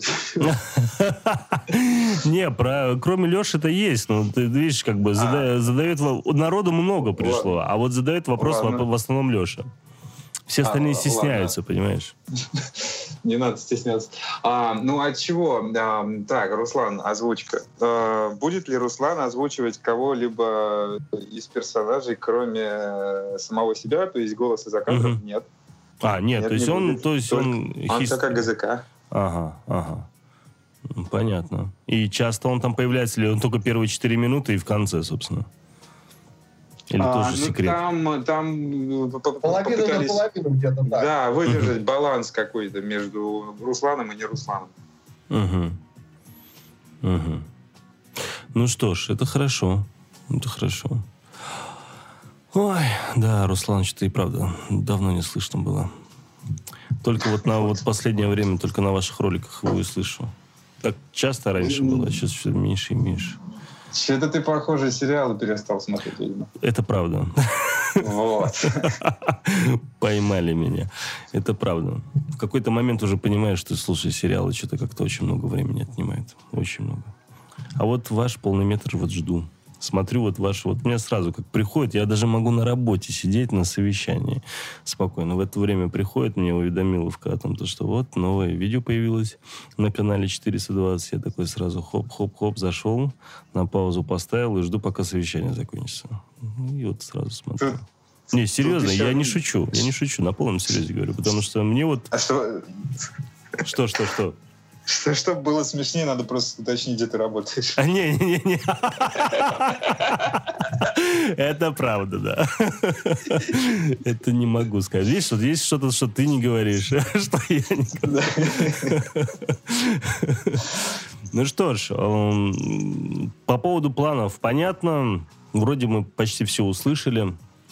Не, кроме Леши-то есть, но ты видишь, как бы задает... Народу много пришло, а вот задает вопрос в основном Леша. Все остальные стесняются, понимаешь? Не надо стесняться. От чего? Так, Руслан, озвучка. Будет ли Руслан озвучивать кого-либо из персонажей, кроме самого себя, то есть голоса за кадром? Нет. Нет, то есть он... Он только ГЗК. Ага. Понятно. И часто он там появляется, или он только первые 4 минуты и в конце, собственно? Или тоже секрет? Там половину на половину где-то так. Да, выдержать баланс какой-то между Русланом и не Русланом. Ну что ж, это хорошо. Ой, да, Руслан, что-то и правда давно не слышно было. Только вот на вот последнее время только на ваших роликах его и слышу. Так часто раньше было, а сейчас все меньше и меньше. Что-то ты похожие сериалы перестал смотреть, видимо. Это правда. Вот. Поймали меня. Это правда. В какой-то момент уже понимаешь, что, слушай, сериалы что-то как-то очень много времени отнимает. Очень много. А вот ваш полный метр вот жду. Смотрю вот ваш... Вот мне сразу как приходит, я даже могу на работе сидеть на совещании спокойно. В это время приходит мне уведомиловка о том, что вот новое видео появилось на канале 420. Я такой сразу хоп-хоп-хоп зашел, на паузу поставил и жду, пока совещание закончится. И вот сразу смотрю. Не, серьезно, я не шучу. Я не шучу, на полном серьезе говорю. Потому что мне вот... А что? Что? Чтобы было смешнее, надо просто уточнить, где ты работаешь. Не. Это правда, да. Это не могу сказать. Видишь, вот есть что-то, что ты не говоришь, что я не говорю. Ну что ж, по поводу планов понятно. Вроде мы почти все услышали.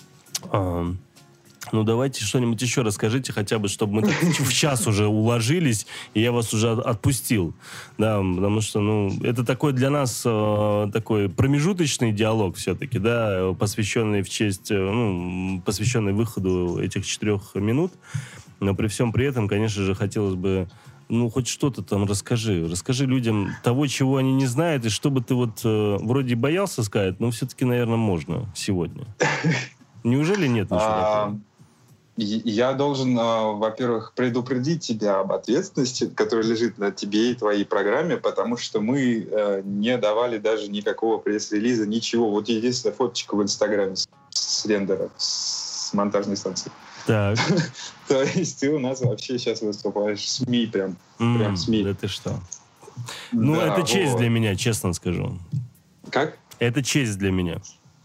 Ну, давайте что-нибудь еще расскажите, хотя бы, чтобы мы в час уже уложились, и я вас уже отпустил. Да, потому что, ну, это такой для нас такой промежуточный диалог все-таки, да, посвященный в честь, ну, посвященный выходу этих 4 минут. Но при всем при этом, конечно же, хотелось бы, ну, хоть что-то там расскажи. Расскажи людям того, чего они не знают, и чтобы ты вот вроде боялся сказать, но все-таки, наверное, можно сегодня. Неужели нет ничего такого? Я должен, во-первых, предупредить тебя об ответственности, которая лежит на тебе и твоей программе, потому что мы не давали даже никакого пресс-релиза, ничего. Вот единственная фоточка в Инстаграме с рендера, с монтажной станции. Так. То есть ты у нас вообще сейчас выступаешь в СМИ, прям СМИ. Да ты что? Ну, это честь для меня, честно скажу. Как? Это честь для меня.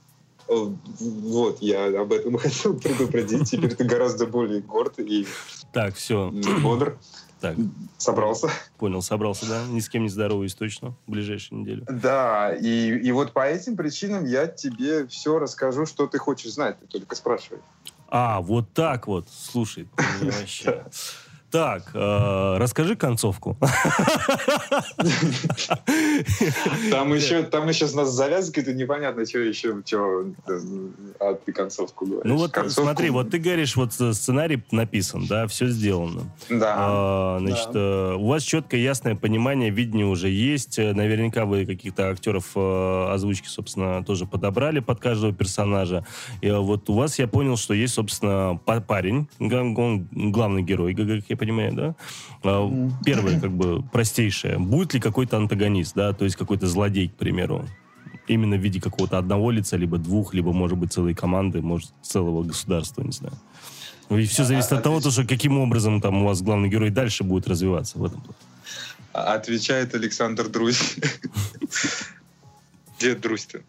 Вот, я об этом хотел предупредить. Теперь ты гораздо более горд и так, все. бодр. Так. Собрался. Понял, собрался, да? Ни с кем не здороваюсь точно в ближайшую неделю. Да, и вот по этим причинам я тебе все расскажу, что ты хочешь знать. Ты только спрашивай. А, вот так вот. Слушай, ты меня вообще... Так, расскажи концовку. Там еще с нас завязкой-то непонятно, что еще, а ты концовку говоришь. Ну вот смотри, вот ты говоришь, вот сценарий написан, да, все сделано. Да. Значит, у вас четкое, ясное понимание, видение уже есть. Наверняка вы каких-то актеров озвучки, собственно, тоже подобрали под каждого персонажа. И вот у вас, я понял, что есть, собственно, парень, он главный герой, как я понимаю, да? Первое, как бы, простейшее. Будет ли какой-то антагонист, да, то есть какой-то злодей, к примеру? Именно в виде какого-то одного лица, либо двух, либо, может быть, целой команды, может, целого государства, не знаю. И все зависит от того, что каким образом там у вас главный герой дальше будет развиваться в этом. Отвечает Александр Друзь. Где Друзь-то?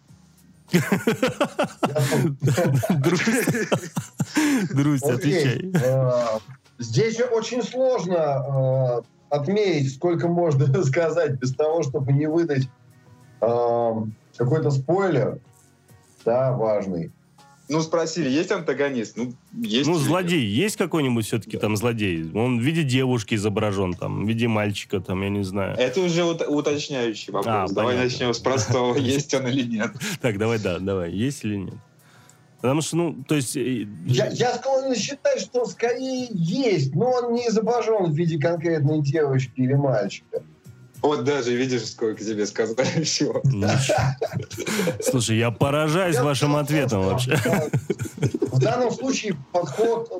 Друзь, отвечай. Здесь очень сложно отметить, сколько можно сказать, без того, чтобы не выдать какой-то спойлер, да, важный. Ну, спросили, есть антагонист? Ну, есть. Ну, злодей. Есть какой-нибудь все-таки там злодей? Он в виде девушки изображен, там, в виде мальчика, там, я не знаю. Это уже уточняющий вопрос. Давай начнем с простого, есть он или нет. Так, давай, есть или нет? Потому что, ну, то есть... Я склонен считать, что скорее есть, но он не изображен в виде конкретной девочки или мальчика. Вот даже, видишь, сколько тебе сказали всего. Слушай, я поражаюсь вашим ответом вообще. В данном случае подход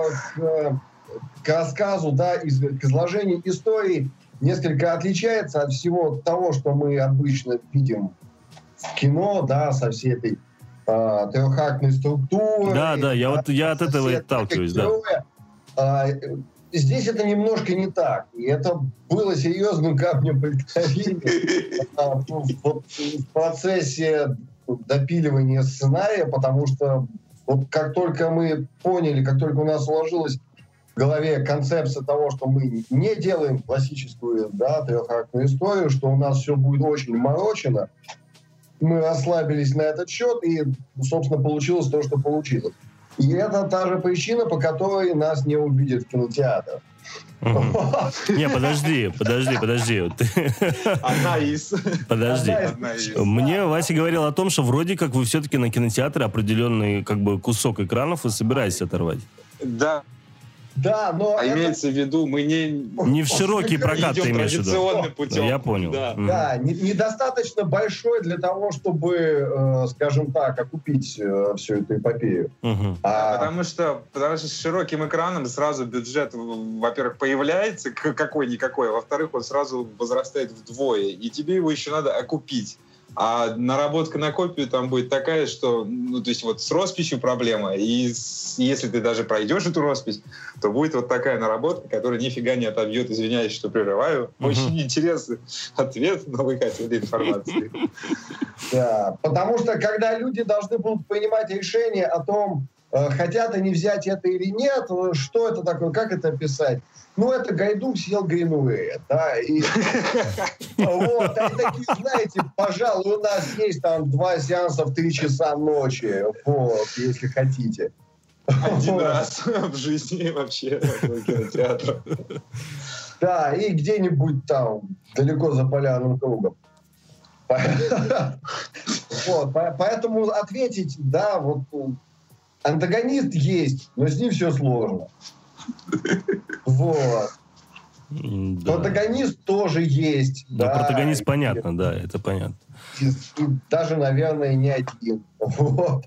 к рассказу, да, к изложению истории несколько отличается от всего того, что мы обычно видим в кино, да, со всей этой трехактной структурой. Да, я от этого и отталкиваюсь, да. Здесь это немножко не так. И это было серьезным камнем преткновения в процессе допиливания сценария, потому что вот как только мы поняли, как только у нас сложилась в голове концепция того, что мы не делаем классическую, да, трехактную историю, что у нас все будет очень морочено, мы расслабились на этот счет, и, собственно, получилось то, что получилось. И это та же причина, по которой нас не увидят в кинотеатрах. Не, подожди. Одна из. Подожди. Мне Вася говорил о том, что вроде как вы все-таки на кинотеатре определенный как бы кусок экранов вы собираетесь оторвать. Да, но имеется в виду, мы не в широкий прокат, ты имеешь в виду. Традиционным путем. Я понял. Да, недостаточно большой для того, чтобы, скажем так, окупить всю эту эпопею. Потому что с широким экраном сразу бюджет, во-первых, появляется какой-никакой, а во-вторых, он сразу возрастает вдвое, и тебе его еще надо окупить. А наработка на копию там будет такая, что, то есть вот с росписью проблема, и если ты даже пройдешь эту роспись, то будет вот такая наработка, которая нифига не отобьет, извиняюсь, что прерываю. Очень интересный ответ, но вы хотели информации. Да, потому что когда люди должны будут принимать решение о том, хотят они взять это или нет, что это такое, как это описать? Это Гайдук съел Гринуэя, да, и вот, они такие, знаете, пожалуй, у нас есть там 2 сеанса в 3 часа ночи, вот, если хотите. Один раз в жизни вообще кинотеатра. Да, и где-нибудь там, далеко за полярным кругом. Вот, поэтому ответить, да, вот, антагонист есть, но с ним все сложно. Вот. Да. Протагонист тоже есть. Да, протагонист понятно, да, это понятно. И даже, наверное, не один. Вот.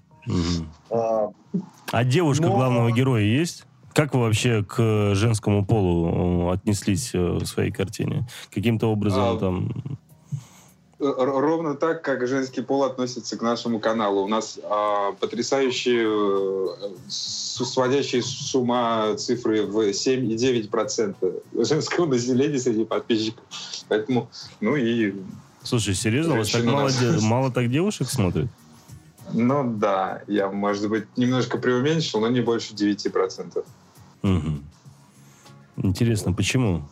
А девушка главного героя есть? Как вы вообще к женскому полу отнеслись в своей картине? Каким-то образом там... Ровно так, как женский пол относится к нашему каналу. У нас потрясающие, сводящие с ума цифры в 7,9% женского населения среди подписчиков. Поэтому, Слушай, серьезно, у вас так мало так девушек смотрит? Да, я, может быть, немножко преуменьшил, но не больше 9%. Интересно, почему?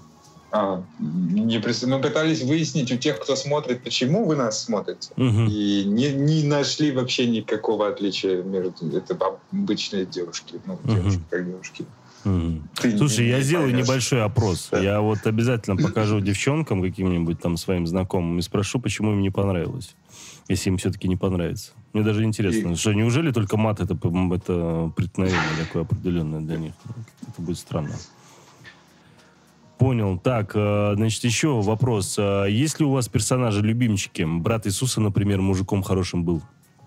Пытались выяснить у тех, кто смотрит, почему вы нас смотрите. И не нашли вообще никакого отличия между... Это обычные девушки. Девушки как девушки. Слушай, я сделаю небольшой опрос. Да. Я вот обязательно покажу девчонкам, каким-нибудь там своим знакомым, и спрошу, почему им не понравилось. Если им все-таки не понравится. Мне даже интересно, что неужели только мат это преткновение такое определенное для них? Это будет странно. Понял. Так, значит, еще вопрос. Есть ли у вас персонажи-любимчики? Брат Иисуса, например, мужиком хорошим был.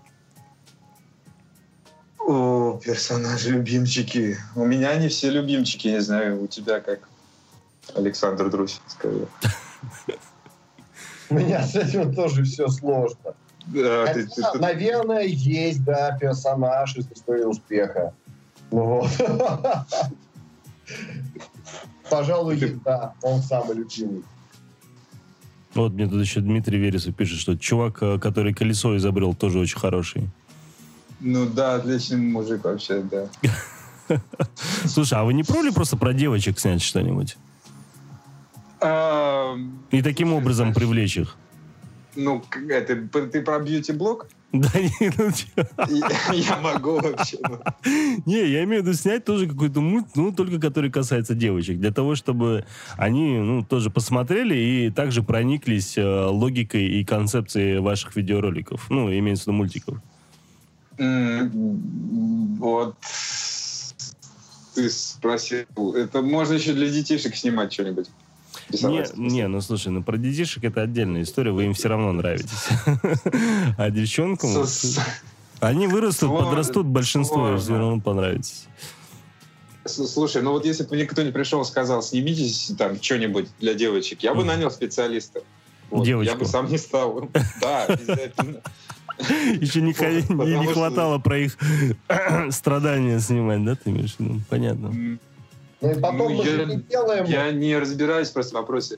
О, персонажи-любимчики. У меня они все любимчики, не знаю, у тебя как? Александр Друзь, скажи. У меня с этим тоже все сложно. Наверное, есть, да, персонаж из истории успеха. Пожалуй, да, он самый любимый. Вот мне тут еще Дмитрий Вересов пишет, что чувак, который колесо изобрел, тоже очень хороший. Да, отличный мужик вообще, да. Слушай, а вы не пробовали просто про девочек снять что-нибудь? И таким образом привлечь их? Ты про бьюти-блог? Да, я могу вообще. Не, я имею в виду снять тоже какой-то мульт, только который касается девочек, для того, чтобы они, тоже посмотрели и также прониклись логикой и концепцией ваших видеороликов, имеется в виду мультиков. Вот ты спросил, это можно еще для детишек снимать что-нибудь? Не, слушай, про детишек это отдельная история, вы им все равно нравитесь. А девчонкам... Они вырастут, подрастут, большинство все равно понравится. Слушай, если бы никто не пришел и сказал, снимите там что-нибудь для девочек, я бы нанял специалиста. Девочку. Я бы сам не стал. Да, обязательно. Еще не хватало про их страдания снимать, да, ты имеешь в виду? Понятно. И потом мы же не делаем... Я не разбираюсь просто в вопросе.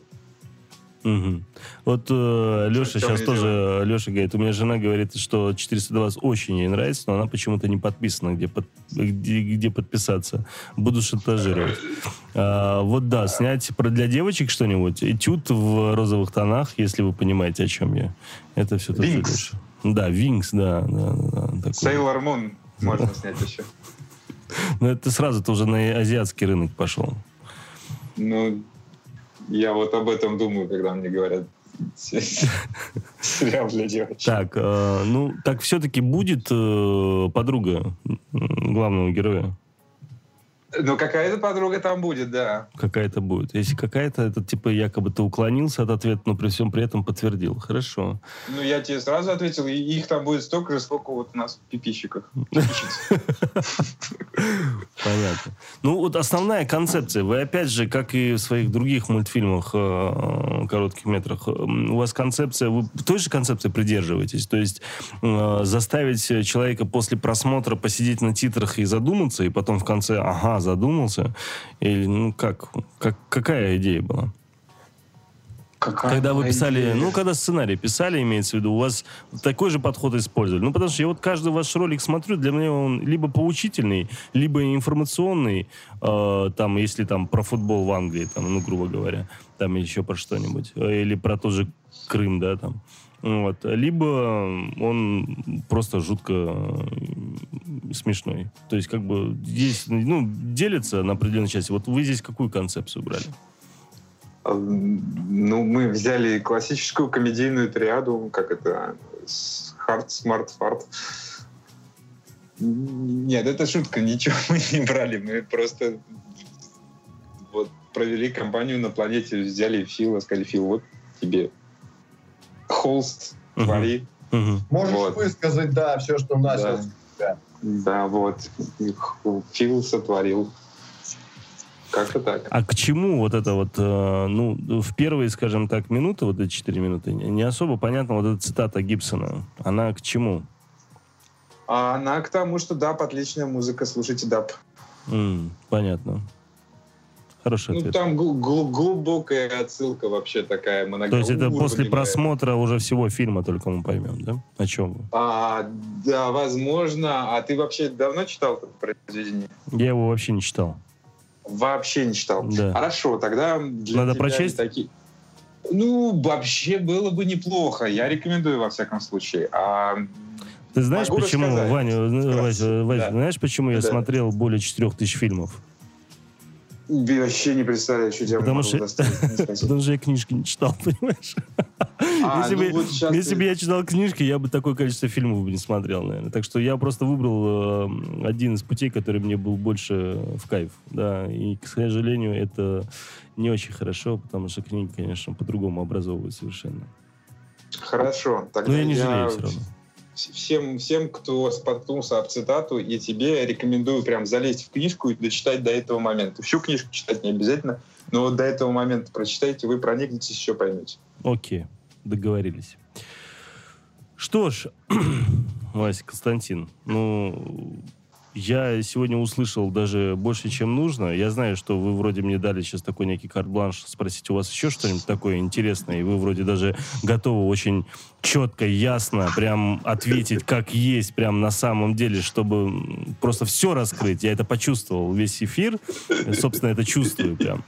Вот Леша сейчас тоже... Леша говорит, у меня жена говорит, что 420 очень ей нравится, но она почему-то не подписана, где подписаться. Буду шантажировать. Вот да, снять для девочек что-нибудь. Этюд в розовых тонах, если вы понимаете, о чем я. Это все тоже Леша. Да, Wings, да. Sailor Moon. можно снять еще. Ну, это сразу ты уже на азиатский рынок пошел. Ну, я вот об этом думаю, когда мне говорят сериал для девочек. Так, так все-таки будет подруга главного героя? Ну, какая-то подруга там будет, да. Какая-то будет. Если какая-то, это типа якобы ты уклонился от ответа, но при всем при этом подтвердил. Хорошо. Ну, я тебе сразу ответил, их там будет столько же, сколько вот у нас в пипищиках. Понятно. Ну, вот основная концепция. Вы опять же, как и в своих других мультфильмах, коротких метрах, у вас концепция, вы той же концепции придерживаетесь? То есть заставить человека после просмотра посидеть на титрах и задуматься, и потом в конце, задумался? Или, ну, какая идея была? Когда вы писали, когда сценарий писали, имеется в виду, у вас такой же подход использовали? Ну, потому что я вот каждый ваш ролик смотрю, для меня он либо поучительный, либо информационный, там, если там про футбол в Англии, там, ну, грубо говоря, там еще про что-нибудь, или про тот же Крым, да, там. Вот. Либо он просто жутко смешной. То есть, как бы, здесь, делится на определенной части. Вот вы здесь какую концепцию брали? Ну, мы взяли классическую комедийную триаду, как это, Hard, Smart, Fart. Нет, это шутка, ничего мы не брали, мы просто вот провели кампанию на планете, взяли Фила, сказали, Фил, вот тебе холст, твори. Можешь высказать, да, все, что начал. Да, вот. Фил сотворил. Как-то так. А к чему вот это вот, в первые, скажем так, минуты, вот эти 4 минуты, не особо понятно вот эта цитата Гибсона. Она к чему? Она к тому, что даб, отличная музыка, слушайте даб. Понятно. Хороший ответ. Там глубокая отсылка вообще такая То есть это после просмотра уже всего фильма только мы поймем, да? О чем вы? Да, возможно. А ты вообще давно читал это произведение? Я его вообще не читал. Вообще не читал? Да. Хорошо, тогда для Надо тебя прочесть? Вообще было бы неплохо. Я рекомендую, во всяком случае. Ты знаешь, почему, Ваня, да. знаешь, почему я смотрел более 4000 фильмов? Я вообще не представляю, что я могу доставить. Потому что я книжки не читал, понимаешь? Если бы я читал книжки, я бы такое количество фильмов бы не смотрел, наверное. Так что я просто выбрал один из путей, который мне был больше в кайф. Да, и, к сожалению, это не очень хорошо, потому что книги, конечно, по-другому образовывают совершенно. Хорошо. Тогда но я не жалею все равно. Всем, кто споткнулся об цитату, и тебе рекомендую прям залезть в книжку и дочитать до этого момента. Всю книжку читать не обязательно, но вот до этого момента прочитайте, вы проникнетесь, еще поймете. Окей, договорились. Что ж, Вася, Константин, я сегодня услышал даже больше, чем нужно. Я знаю, что вы вроде мне дали сейчас такой некий карт-бланш спросить у вас еще что-нибудь такое интересное, и вы вроде даже готовы очень четко, ясно прям ответить, как есть, прям на самом деле, чтобы просто все раскрыть. Я это почувствовал весь эфир. Собственно, это чувствую прям.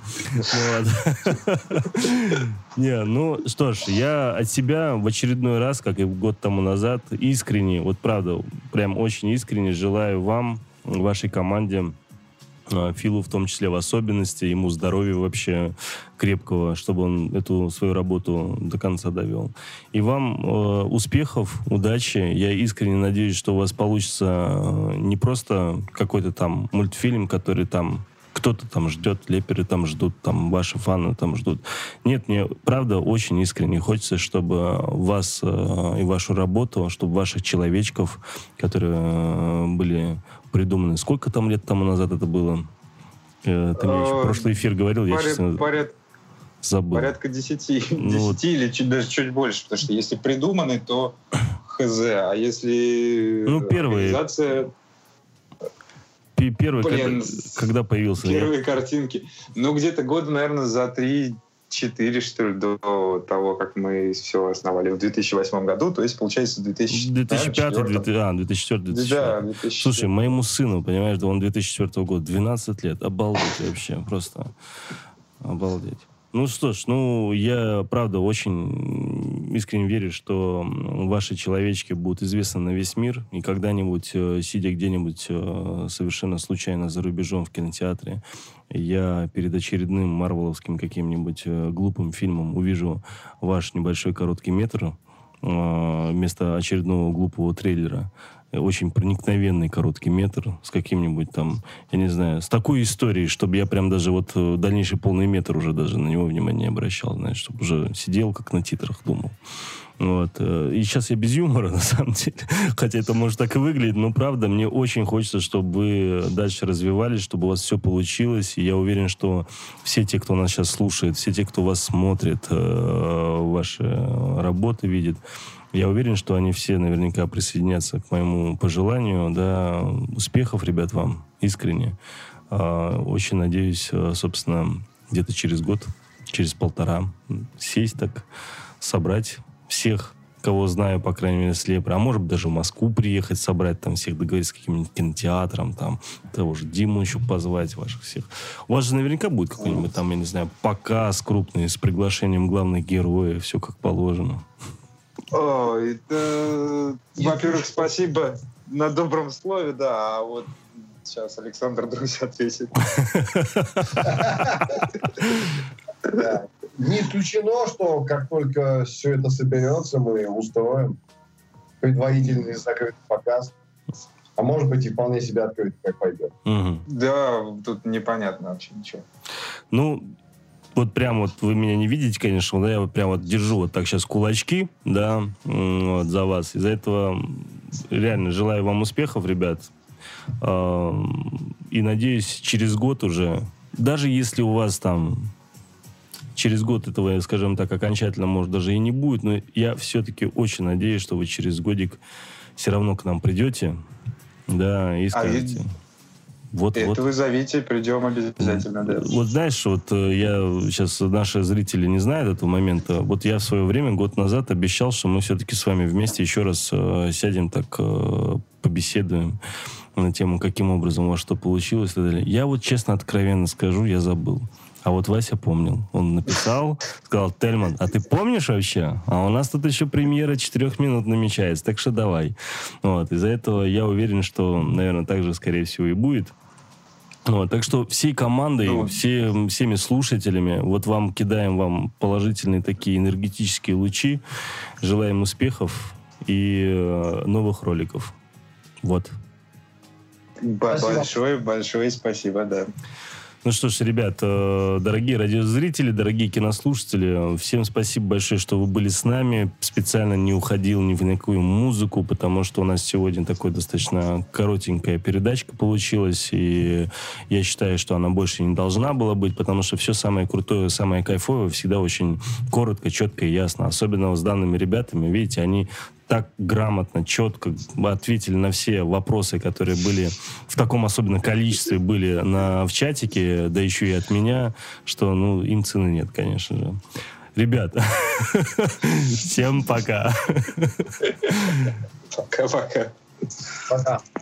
Что ж, я от себя в очередной раз, как и год тому назад, искренне, вот правда, прям очень искренне желаю вам, вашей команде, Филу в том числе в особенности, ему здоровья вообще крепкого, чтобы он эту свою работу до конца довел. И вам успехов, удачи. Я искренне надеюсь, что у вас получится не просто какой-то там мультфильм, который там кто-то там ждет, леперы там ждут, там ваши фаны там ждут. Нет, мне правда очень искренне хочется, чтобы вас и вашу работу, чтобы ваших человечков, которые были придуманы. Сколько там лет тому назад это было? Ты мне еще в прошлый эфир говорил, я честно забыл. Порядка 10 или даже чуть больше, потому что если придуманы, то хз, а если организация... Первый, когда появился? Первые картинки. Где-то года, наверное, за 3-4, что ли, до того, как мы все основали в 2008 году. То есть, получается, 2004. Да, 2004. Слушай, моему сыну, понимаешь, он 2004 года, 12 лет. Обалдеть вообще, просто обалдеть. Ну что ж, я, правда, очень искренне верю, что ваши человечки будут известны на весь мир, и когда-нибудь, сидя где-нибудь совершенно случайно за рубежом в кинотеатре, я перед очередным марвеловским каким-нибудь глупым фильмом увижу ваш небольшой короткий метр вместо очередного глупого трейлера. Очень проникновенный короткий метр с каким-нибудь там, я не знаю, с такой историей, чтобы я прям даже вот дальнейший полный метр уже даже на него внимания не обращал, знаешь, чтобы уже сидел как на титрах, думал. Вот. И сейчас я без юмора, на самом деле. Хотя это может так и выглядеть, но правда, мне очень хочется, чтобы вы дальше развивались, чтобы у вас все получилось. И я уверен, что все те, кто нас сейчас слушает, все те, кто вас смотрит, ваши работы видит, я уверен, что они все наверняка присоединятся к моему пожеланию. Да, успехов, ребят, вам искренне. Очень надеюсь, собственно, где-то через год, через полтора сесть так, собрать всех, кого знаю, по крайней мере, слепо. А может быть, даже в Москву приехать, собрать там всех, договориться с каким-нибудь кинотеатром, там, того же Диму еще позвать, ваших всех. У вас же наверняка будет какой-нибудь там, я не знаю, показ крупный с приглашением главных героев, все как положено. Во-первых, спасибо на добром слове, да, а вот сейчас Александр Друзь ответит. Не исключено, что как только все это соберется, мы устроим предварительный закрытый показ. А может быть и вполне себе открытый, как пойдет. Да, тут непонятно вообще ничего. Ну, вот прям вот вы меня не видите, конечно, да, я вот прям вот держу вот так сейчас кулачки, да, вот, за вас. Из-за этого реально желаю вам успехов, ребят. И надеюсь, через год уже, даже если у вас там через год этого, скажем так, окончательно, может, даже и не будет, но я все-таки очень надеюсь, что вы через годик все равно к нам придете, да, и скажете... Это вы зовите, придем обязательно. Да. Вот знаешь, вот я сейчас, наши зрители не знают этого момента. Вот я в свое время, год назад, обещал, что мы все-таки с вами вместе еще раз сядем так, побеседуем на тему, каким образом у вас что получилось и так далее. Я вот честно, откровенно скажу, я забыл. А вот Вася помнил. Он написал, сказал: Тельман, а ты помнишь вообще? А у нас тут еще премьера 4 минут намечается, так что давай. Вот. Из-за этого я уверен, что, наверное, так же, скорее всего, и будет. Вот. Так что всей командой, всеми слушателями, вот вам кидаем вам положительные такие энергетические лучи. Желаем успехов и новых роликов. Вот. Большое спасибо, да. Ну что ж, ребят, дорогие радиозрители, дорогие кинослушатели, всем спасибо большое, что вы были с нами. Специально не уходил ни в никакую музыку, потому что у нас сегодня такой достаточно коротенькая передачка получилась, и я считаю, что она больше не должна была быть, потому что все самое крутое, самое кайфовое всегда очень коротко, четко и ясно. Особенно с данными ребятами, видите, они так грамотно, четко ответили на все вопросы, которые были в таком особенно количестве были в чатике, да еще и от меня, что, ну, им цены нет, конечно же. Ребята, всем пока. Пока-пока. Пока.